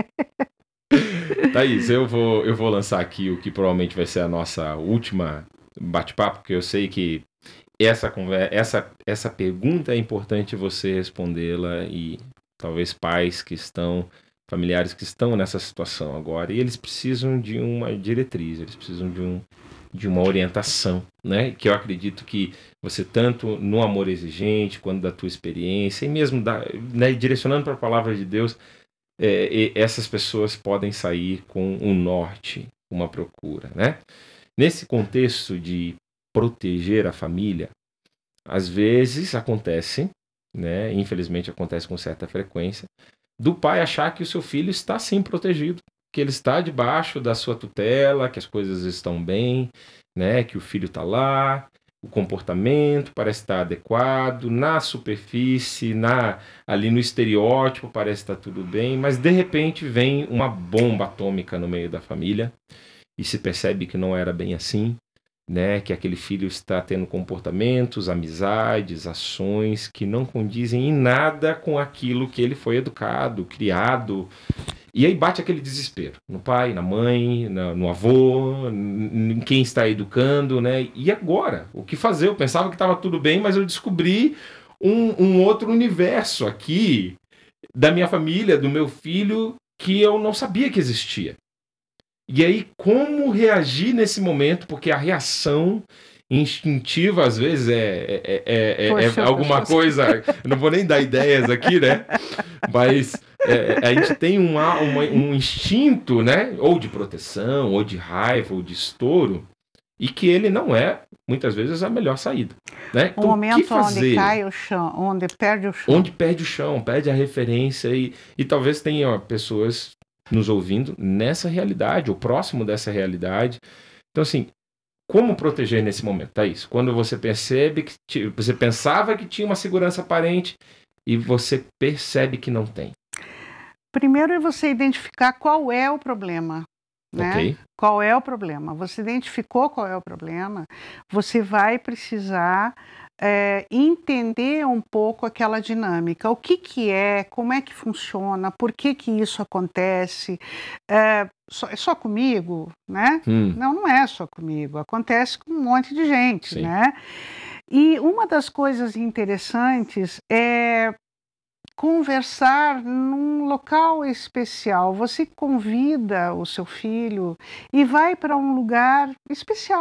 Thaís, eu vou lançar aqui o que provavelmente vai ser a nossa última bate-papo, porque eu sei que essa pergunta é importante você respondê-la e talvez pais que estão, familiares que estão nessa situação agora, e eles precisam de uma diretriz, eles precisam de uma orientação, né? Que eu acredito que você, tanto no Amor Exigente, quanto da tua experiência, e mesmo né, direcionando para a palavra de Deus, essas pessoas podem sair com um norte, uma procura, né? Nesse contexto de proteger a família, às vezes acontece, né? Infelizmente acontece com certa frequência, do pai achar que o seu filho está sim protegido, que ele está debaixo da sua tutela, que as coisas estão bem, né? Que o filho está lá, o comportamento parece estar adequado, na superfície, ali no estereótipo parece estar tudo bem, mas de repente vem uma bomba atômica no meio da família e se percebe que não era bem assim, né? Que aquele filho está tendo comportamentos, amizades, ações que não condizem em nada com aquilo que ele foi educado, criado. E aí bate aquele desespero no pai, na mãe, no avô, em quem está educando, né? E agora? O que fazer? Eu pensava que estava tudo bem, mas eu descobri um outro universo aqui da minha família, do meu filho, que eu não sabia que existia. E aí, como reagir nesse momento? Porque a reação instintiva, às vezes, é alguma coisa... Eu não vou nem dar ideias aqui, né? Mas a gente tem um instinto, né? Ou de proteção, ou de raiva, ou de estouro, e que ele não é, muitas vezes, a melhor saída. Né? Então, o momento que fazer? Onde cai o chão, onde perde o chão. Onde perde o chão, perde a referência. E talvez tenha pessoas nos ouvindo nessa realidade, ou próximo dessa realidade. Então, assim, como proteger nesse momento, Thaís? Quando você percebe que você pensava que tinha uma segurança aparente e você percebe que não tem. Primeiro é você identificar qual é o problema, né? Okay. Qual é o problema? Você identificou qual é o problema, você vai precisar entender um pouco aquela dinâmica. O que é, como é que funciona, por que isso acontece? É só comigo, né? Não é só comigo, acontece com um monte de gente, né? E uma das coisas interessantes é conversar num local especial. Você convida o seu filho e vai para um lugar especial,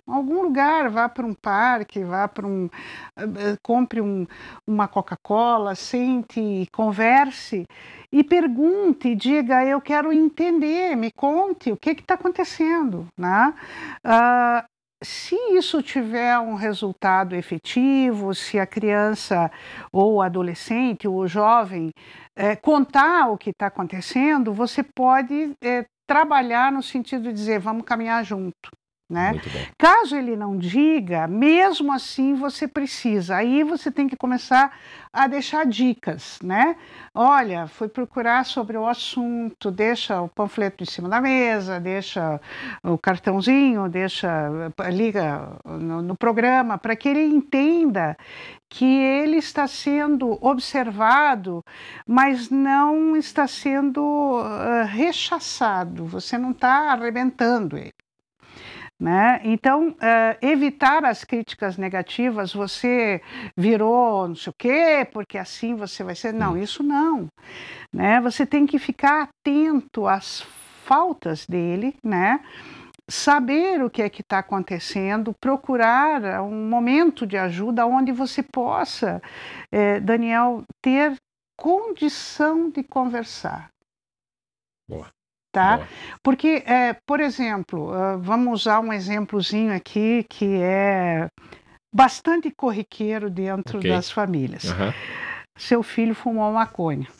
algum lugar, vá para um parque, compre uma Coca-Cola, sente, converse e pergunte, diga, eu quero entender, me conte o que está acontecendo, né? Se isso tiver um resultado efetivo, se a criança ou o adolescente ou o jovem contar o que está acontecendo, você pode trabalhar no sentido de dizer, vamos caminhar junto. Né? Caso ele não diga, mesmo assim você precisa. Aí você tem que começar a deixar dicas, né? Olha, fui procurar sobre o assunto, deixa o panfleto em cima da mesa, deixa o cartãozinho, liga no programa para que ele entenda que ele está sendo observado, mas não está sendo rechaçado. Você não está arrebentando ele. Né? Então, evitar as críticas negativas, você virou não sei o quê, porque assim você vai ser... Não, isso não. Né? Você tem que ficar atento às faltas dele, né? Saber o que é que está acontecendo, procurar um momento de ajuda onde você possa, Daniel, ter condição de conversar. Boa. Tá? Porque, por exemplo, vamos usar um exemplozinho aqui que é bastante corriqueiro dentro das famílias. Seu filho fumou maconha.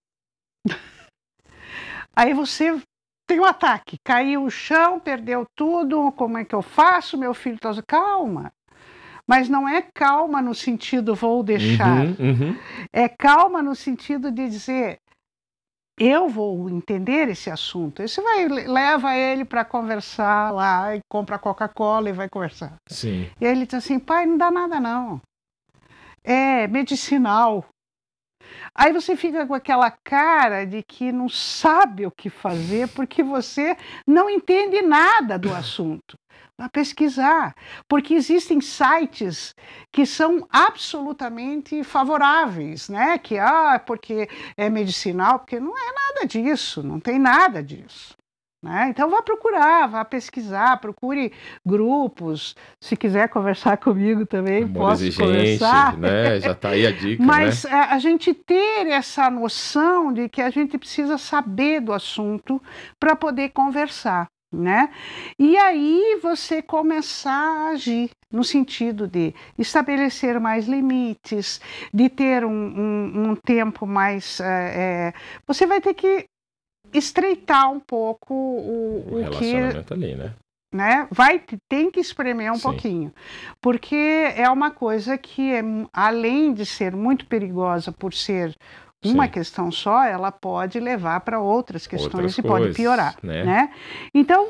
Aí você tem um ataque, caiu o chão, perdeu tudo, como é que eu faço? Meu filho está... Calma. Mas não é calma no sentido vou deixar. É calma no sentido de dizer... Eu vou entender esse assunto. Aí você leva ele para conversar lá e compra Coca-Cola e vai conversar. Sim. E aí ele diz assim, pai, não dá nada não. É medicinal. Aí você fica com aquela cara de que não sabe o que fazer porque você não entende nada do assunto. Vai pesquisar, porque existem sites que são absolutamente favoráveis, né? Que porque é medicinal, porque não é nada disso, não tem nada disso. Né? Então vá procurar, vá pesquisar, procure grupos. Se quiser conversar comigo também, posso conversar. Né? Já está aí a dica. Mas né? A gente ter essa noção de que a gente precisa saber do assunto para poder conversar. Né? E aí você começar a agir no sentido de estabelecer mais limites, de ter um tempo mais... você vai ter que estreitar um pouco o relacionamento que... ali, né? Tem que espremer um pouquinho, porque é uma coisa que, além de ser muito perigosa por ser uma questão só, ela pode levar para outras questões pode piorar. Né? Então,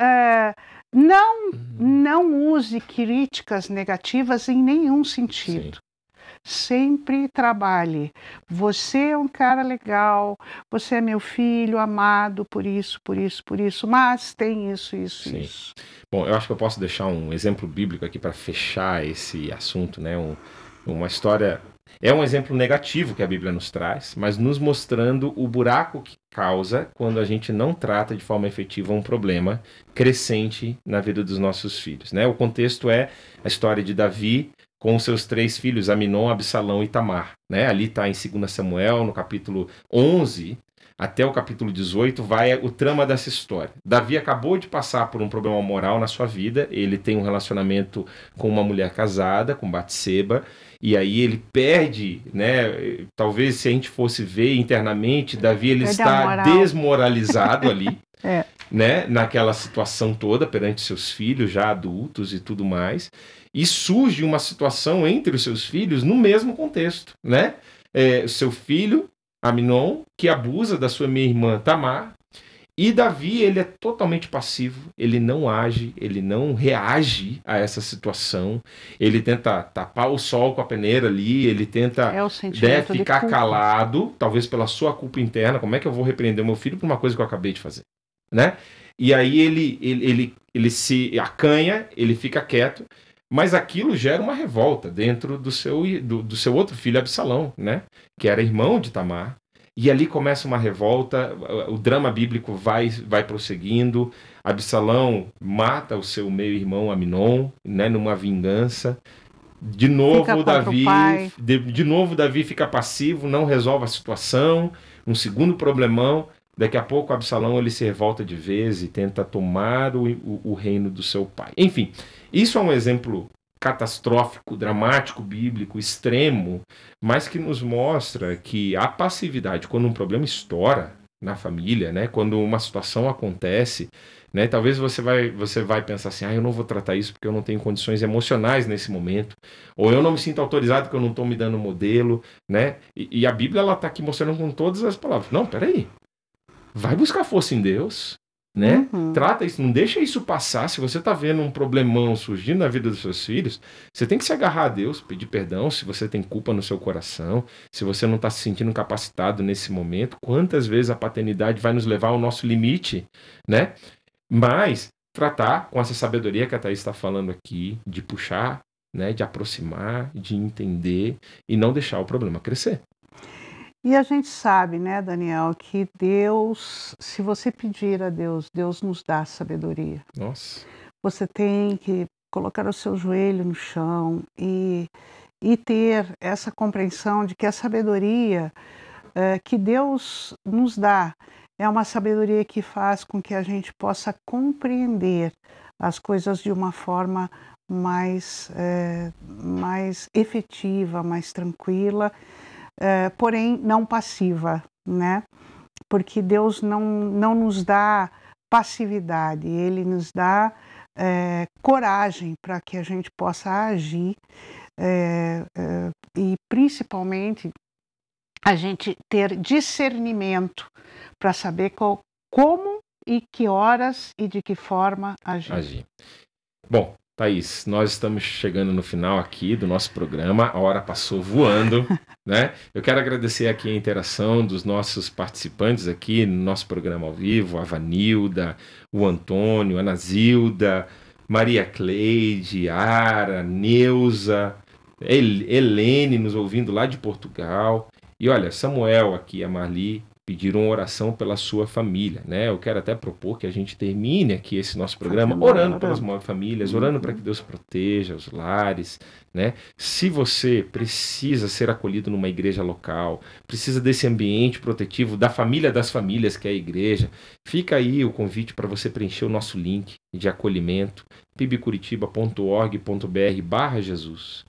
não use críticas negativas em nenhum sentido. Sempre trabalhe. Você é um cara legal, você é meu filho amado por isso, mas tem isso. Bom, eu acho que eu posso deixar um exemplo bíblico aqui para fechar esse assunto, né? Uma história... É um exemplo negativo que a Bíblia nos traz, mas nos mostrando o buraco que causa quando a gente não trata de forma efetiva um problema crescente na vida dos nossos filhos. Né? O contexto é a história de Davi com seus 3 filhos, Aminon, Absalão e Tamar. Né? Ali está em 2 Samuel, no capítulo 11, até o capítulo 18, vai o trama dessa história. Davi acabou de passar por um problema moral na sua vida, ele tem um relacionamento com uma mulher casada, com Batseba, e aí ele perde, né? Talvez se a gente fosse ver internamente, Davi ele está desmoralizado ali, né? Naquela situação toda perante seus filhos já adultos e tudo mais, e surge uma situação entre os seus filhos no mesmo contexto, né? O seu filho Aminon, que abusa da sua meia-irmã Tamar, e Davi, ele é totalmente passivo, ele não age, ele não reage a essa situação, ele tenta tapar o sol com a peneira ali, ele tenta ficar calado, talvez pela sua culpa interna, como é que eu vou repreender meu filho por uma coisa que eu acabei de fazer, né? E aí ele se acanha, ele fica quieto, mas aquilo gera uma revolta dentro do seu outro filho, Absalão, né? Que era irmão de Tamar. E ali começa uma revolta, o drama bíblico vai prosseguindo. Absalão mata o seu meio-irmão Aminon, né, numa vingança. De novo, Davi fica passivo, não resolve a situação, um segundo problemão. Daqui a pouco, Absalão ele se revolta de vez e tenta tomar o reino do seu pai. Enfim, isso é um exemplo catastrófico, dramático, bíblico, extremo, mas que nos mostra que a passividade, quando um problema estoura na família, né, quando uma situação acontece, né, talvez você vai pensar assim, eu não vou tratar isso porque eu não tenho condições emocionais nesse momento, ou eu não me sinto autorizado porque eu não estou me dando modelo, né? E a Bíblia ela está aqui mostrando com todas as palavras. Não, peraí, vai buscar força em Deus, né? Trata isso, não deixa isso passar. Se você está vendo um problemão surgindo na vida dos seus filhos, você tem que se agarrar a Deus, pedir perdão se você tem culpa no seu coração, se você não está se sentindo capacitado nesse momento. Quantas vezes a paternidade vai nos levar ao nosso limite, né? Mas tratar com essa sabedoria que a Thaís está falando aqui, de puxar, né, de aproximar, de entender e não deixar o problema crescer. E a gente sabe, né, Daniel, que Deus, se você pedir a Deus, Deus nos dá sabedoria. Nossa. Você tem que colocar o seu joelho no chão e ter essa compreensão de que a sabedoria que Deus nos dá é uma sabedoria que faz com que a gente possa compreender as coisas de uma forma mais efetiva, mais tranquila, porém não passiva, né? Porque Deus não nos dá passividade, Ele nos dá coragem para que a gente possa agir e principalmente a gente ter discernimento para saber como e que horas e de que forma agir. Bom, Thaís, nós estamos chegando no final aqui do nosso programa, a hora passou voando, né? Eu quero agradecer aqui a interação dos nossos participantes aqui no nosso programa ao vivo, a Vanilda, o Antônio, a Ana Zilda, Maria Cleide, Ara, Neuza, Helene nos ouvindo lá de Portugal. E olha, Samuel aqui e a Marli pediram oração pela sua família, né? Eu quero até propor que a gente termine aqui esse nosso programa orando pelas famílias, orando para que Deus proteja os lares, né? Se você precisa ser acolhido numa igreja local, precisa desse ambiente protetivo da família das famílias que é a igreja, fica aí o convite para você preencher o nosso link de acolhimento, pibcuritiba.org.br/Jesus.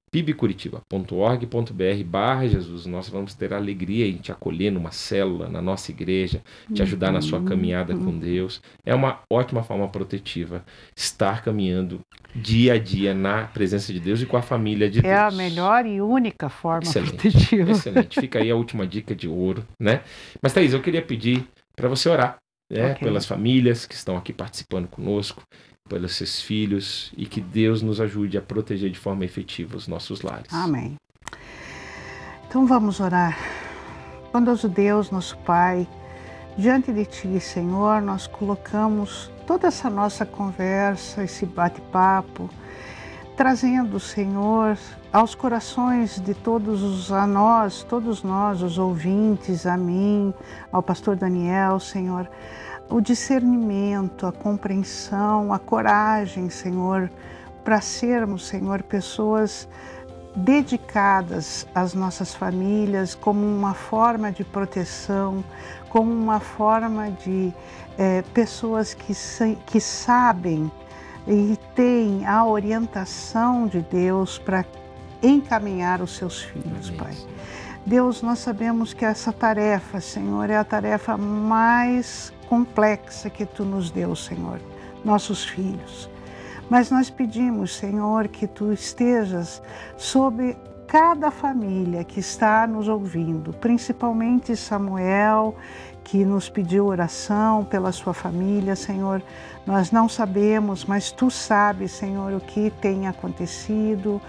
pibcuritiba.org.br/Jesus. Nós vamos ter a alegria em te acolher numa célula, na nossa igreja, te ajudar na sua caminhada com Deus. É uma ótima forma protetiva estar caminhando dia a dia na presença de Deus e com a família de Deus. É a melhor e única forma protetiva. Excelente. Fica aí a última dica de ouro, né? Mas, Thaís, eu queria pedir para você orar, né? Pelas famílias que estão aqui participando conosco, pelos seus filhos, e que Deus nos ajude a proteger de forma efetiva os nossos lares. Amém. Então vamos orar. Bondoso Deus, nosso Pai, diante de Ti, Senhor, nós colocamos toda essa nossa conversa, esse bate-papo, trazendo, Senhor, aos corações de todos nós, os ouvintes, a mim, ao pastor Daniel, Senhor, o discernimento, a compreensão, a coragem, Senhor, para sermos, Senhor, pessoas dedicadas às nossas famílias como uma forma de proteção, como uma forma de pessoas que sabem e têm a orientação de Deus para encaminhar os seus filhos, Pai. Deus, nós sabemos que essa tarefa, Senhor, é a tarefa mais complexa que Tu nos deu, Senhor, nossos filhos. Mas nós pedimos, Senhor, que Tu estejas sobre cada família que está nos ouvindo, principalmente Samuel, que nos pediu oração pela sua família, Senhor. Nós não sabemos, mas Tu sabes, Senhor, o que tem acontecido,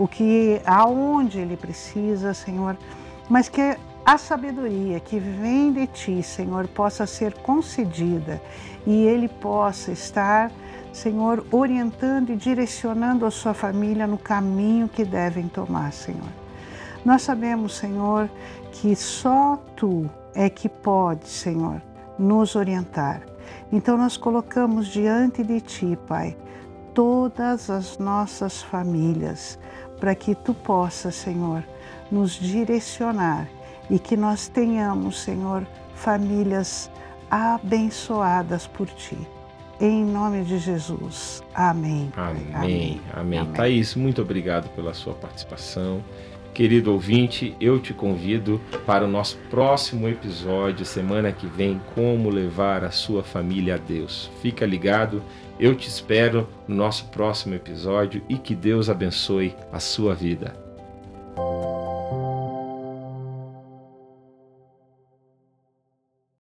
aonde ele precisa, Senhor, mas que a sabedoria que vem de Ti, Senhor, possa ser concedida e ele possa estar, Senhor, orientando e direcionando a sua família no caminho que devem tomar, Senhor. Nós sabemos, Senhor, que só Tu é que pode, Senhor, nos orientar. Então nós colocamos diante de Ti, Pai, todas as nossas famílias, para que Tu possas, Senhor, nos direcionar e que nós tenhamos, Senhor, famílias abençoadas por Ti. Em nome de Jesus. Amém. Amém. Thaís, muito obrigado pela sua participação. Querido ouvinte, eu te convido para o nosso próximo episódio, semana que vem, como levar a sua família a Deus. Fica ligado, eu te espero no nosso próximo episódio e que Deus abençoe a sua vida.